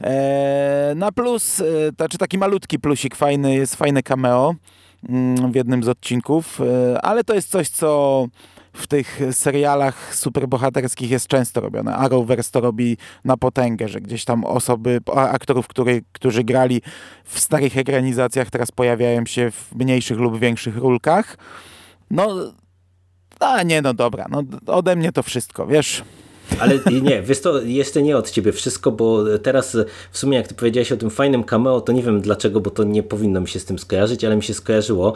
Na plus, znaczy taki malutki plusik fajny, jest fajne cameo w jednym z odcinków, ale to jest coś, co w tych serialach superbohaterskich jest często robione. Arrowverse to robi na potęgę, że gdzieś tam aktorów, którzy grali w starych ekranizacjach, teraz pojawiają się w mniejszych lub większych rólkach. No, no dobra, no ode mnie to wszystko, wiesz. Ale nie, wiesz to jeszcze nie od ciebie wszystko, bo teraz w sumie jak ty powiedziałeś o tym fajnym cameo, to nie wiem dlaczego, bo to nie powinno mi się z tym skojarzyć, ale mi się skojarzyło.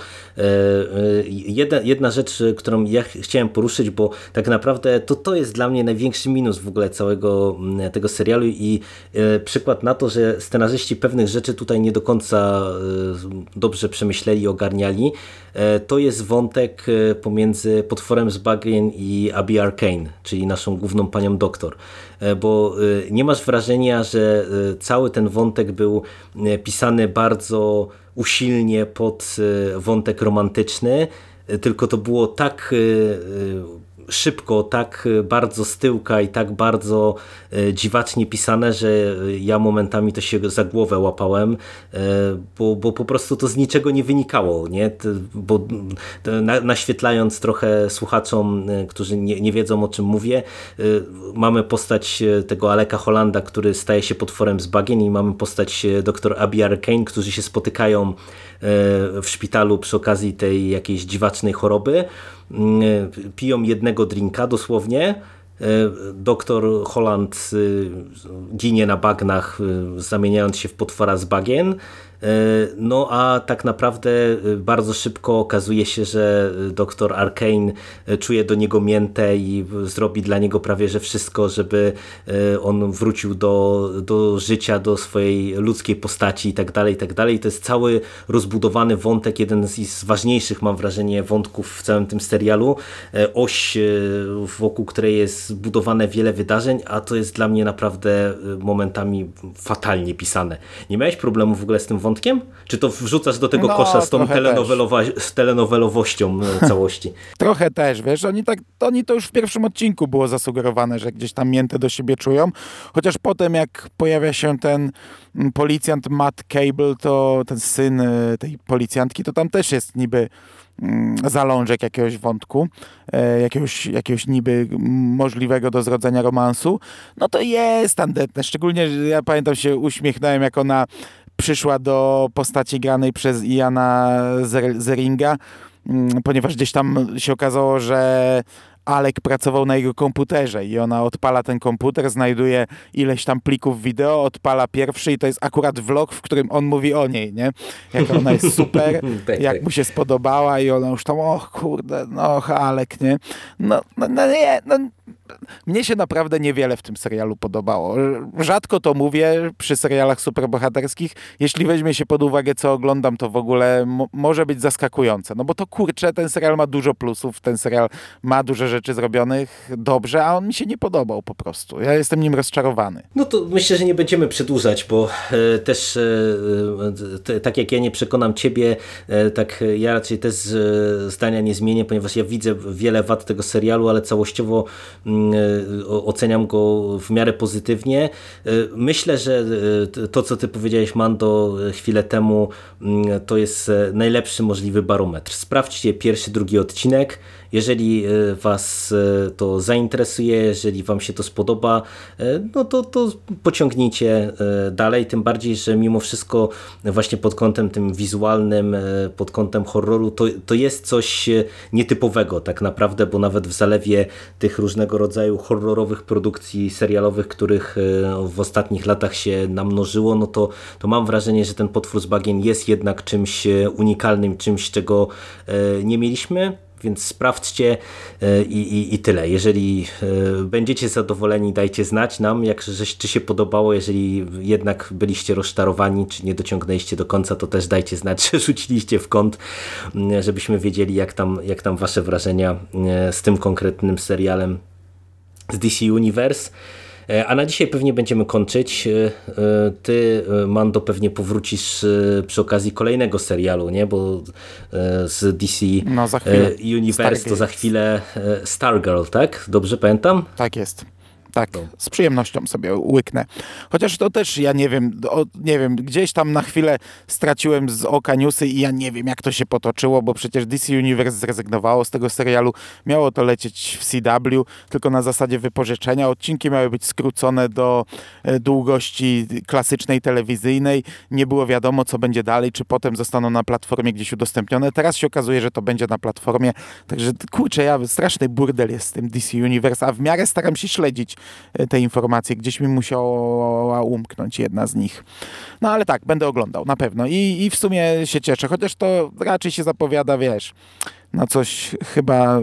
Jedna rzecz, którą ja chciałem poruszyć, bo tak naprawdę to jest dla mnie największy minus w ogóle całego tego serialu i przykład na to, że scenarzyści pewnych rzeczy tutaj nie do końca dobrze przemyśleli i ogarniali, to jest wątek pomiędzy potworem z bagien i Abby Arkane, czyli naszą główną panią doktor, bo nie masz wrażenia, że cały ten wątek był pisany bardzo usilnie pod wątek romantyczny, tylko to było tak szybko, tak bardzo z tyłka i tak bardzo dziwacznie pisane, że ja momentami to się za głowę łapałem, bo po prostu to z niczego nie wynikało, nie? Bo naświetlając trochę słuchaczom, którzy nie wiedzą o czym mówię, mamy postać tego Aleka Hollanda, który staje się potworem z bagien i mamy postać dr Abby Arkane, którzy się spotykają w szpitalu przy okazji tej jakiejś dziwacznej choroby, piją jednego drinka dosłownie, doktor Holland ginie na bagnach, zamieniając się w potwora z bagien, No a tak naprawdę bardzo szybko okazuje się, że doktor Arcane czuje do niego miętę i zrobi dla niego prawie że wszystko, żeby on wrócił do życia, do swojej ludzkiej postaci i tak dalej, i tak dalej. To jest cały rozbudowany wątek, jeden z ważniejszych, mam wrażenie, wątków w całym tym serialu. Oś, wokół której jest zbudowane wiele wydarzeń, a to jest dla mnie naprawdę momentami fatalnie pisane. Nie miałeś problemu w ogóle z tym wątkiem? Czy to wrzucasz do tego kosza z tą telenowelowością całości? Trochę też, wiesz, oni to już w pierwszym odcinku było zasugerowane, że gdzieś tam mięte do siebie czują, chociaż potem jak pojawia się ten policjant Matt Cable, to ten syn tej policjantki, to tam też jest niby zalążek jakiegoś wątku, jakiegoś niby możliwego do zrodzenia romansu, no to jest tandetne. Szczególnie, że ja pamiętam, się uśmiechnąłem, jak ona przyszła do postaci granej przez Iana Zeringa, ponieważ gdzieś tam się okazało, że Alec pracował na jego komputerze i ona odpala ten komputer, znajduje ileś tam plików wideo, odpala pierwszy i to jest akurat vlog, w którym on mówi o niej, nie? Jak ona jest super, jak mu się spodobała i ona już tam, o kurde, no Alec, nie? Mnie się naprawdę niewiele w tym serialu podobało. Rzadko to mówię przy serialach superbohaterskich. Jeśli weźmie się pod uwagę, co oglądam, to w ogóle może być zaskakujące. No bo to kurczę, ten serial ma dużo plusów, ten serial ma dużo rzeczy zrobionych dobrze, a on mi się nie podobał po prostu. Ja jestem nim rozczarowany. No to myślę, że nie będziemy przedłużać, bo też tak jak ja nie przekonam ciebie, tak ja raczej też zdania nie zmienię, ponieważ ja widzę wiele wad tego serialu, ale całościowo oceniam go w miarę pozytywnie. Myślę, że to, co ty powiedziałeś, Mando, chwilę temu, to jest najlepszy możliwy barometr. Sprawdźcie pierwszy, drugi odcinek. Jeżeli was to zainteresuje, jeżeli wam się to spodoba, no to pociągnijcie dalej, tym bardziej, że mimo wszystko właśnie pod kątem tym wizualnym, pod kątem horroru, to jest coś nietypowego tak naprawdę, bo nawet w zalewie tych różnego rodzaju horrorowych produkcji serialowych, których w ostatnich latach się namnożyło, no to mam wrażenie, że ten Potwór z bagien jest jednak czymś unikalnym, czymś, czego nie mieliśmy. Więc sprawdźcie i tyle. Jeżeli będziecie zadowoleni, dajcie znać nam, czy się podobało. Jeżeli jednak byliście rozczarowani, czy nie dociągnęliście do końca, to też dajcie znać, że rzuciliście w kąt, żebyśmy wiedzieli, jak tam wasze wrażenia z tym konkretnym serialem z DC Universe. A na dzisiaj pewnie będziemy kończyć. Ty, Mando, pewnie powrócisz przy okazji kolejnego serialu, nie? Bo z DC za chwilę. Universe to za chwilę Stargirl, tak? Dobrze pamiętam? Tak jest. Tak, z przyjemnością sobie łyknę. Chociaż to też ja nie wiem, gdzieś tam na chwilę straciłem z oka newsy i ja nie wiem, jak to się potoczyło, bo przecież DC Universe zrezygnowało z tego serialu. Miało to lecieć w CW, tylko na zasadzie wypożyczenia. Odcinki miały być skrócone do długości klasycznej, telewizyjnej. Nie było wiadomo, co będzie dalej, czy potem zostaną na platformie gdzieś udostępnione. Teraz się okazuje, że to będzie na platformie. Także kurczę, straszny burdel jest z tym DC Universe, a w miarę staram się śledzić te informacje. Gdzieś mi musiała umknąć jedna z nich. No ale tak, będę oglądał, na pewno. I w sumie się cieszę, chociaż to raczej się zapowiada, wiesz, na coś chyba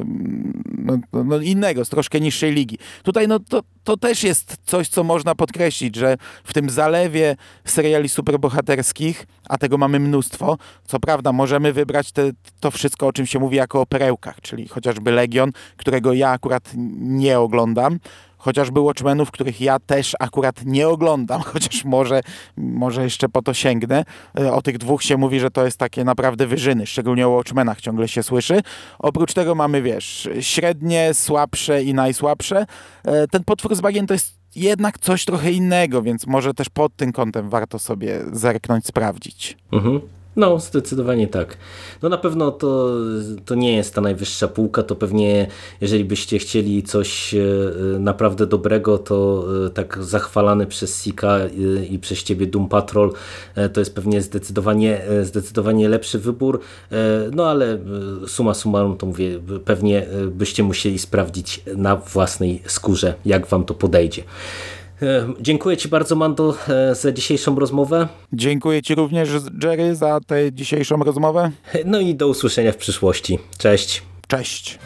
innego, z troszkę niższej ligi. Tutaj to też jest coś, co można podkreślić, że w tym zalewie seriali superbohaterskich, a tego mamy mnóstwo, co prawda możemy wybrać to wszystko, o czym się mówi jako o perełkach, czyli chociażby Legion, którego ja akurat nie oglądam, chociażby Watchmenów, których ja też akurat nie oglądam, chociaż może jeszcze po to sięgnę. O tych dwóch się mówi, że to jest takie naprawdę wyżyny, szczególnie o Watchmenach ciągle się słyszy. Oprócz tego mamy, wiesz, średnie, słabsze i najsłabsze. Ten Potwór z bagien to jest jednak coś trochę innego, więc może też pod tym kątem warto sobie zerknąć, sprawdzić. Mhm. No, zdecydowanie tak. No na pewno to nie jest ta najwyższa półka, to pewnie jeżeli byście chcieli coś naprawdę dobrego, to tak zachwalany przez Sika i przez ciebie Doom Patrol, to jest pewnie zdecydowanie lepszy wybór, no ale summa summarum to mówię, pewnie byście musieli sprawdzić na własnej skórze, jak wam to podejdzie. Dziękuję Ci bardzo, Mando, za dzisiejszą rozmowę. Dziękuję Ci również, Jerry, za tę dzisiejszą rozmowę. No i do usłyszenia w przyszłości. Cześć. Cześć.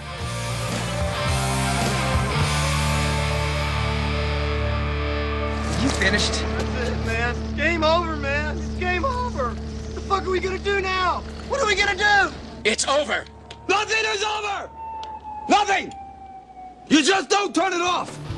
You finished? That's it, man. Game over, man. It's game over. What the fuck are we gonna do now? What are we gonna do? It's over. Nothing is over! Nothing! You just don't turn it off!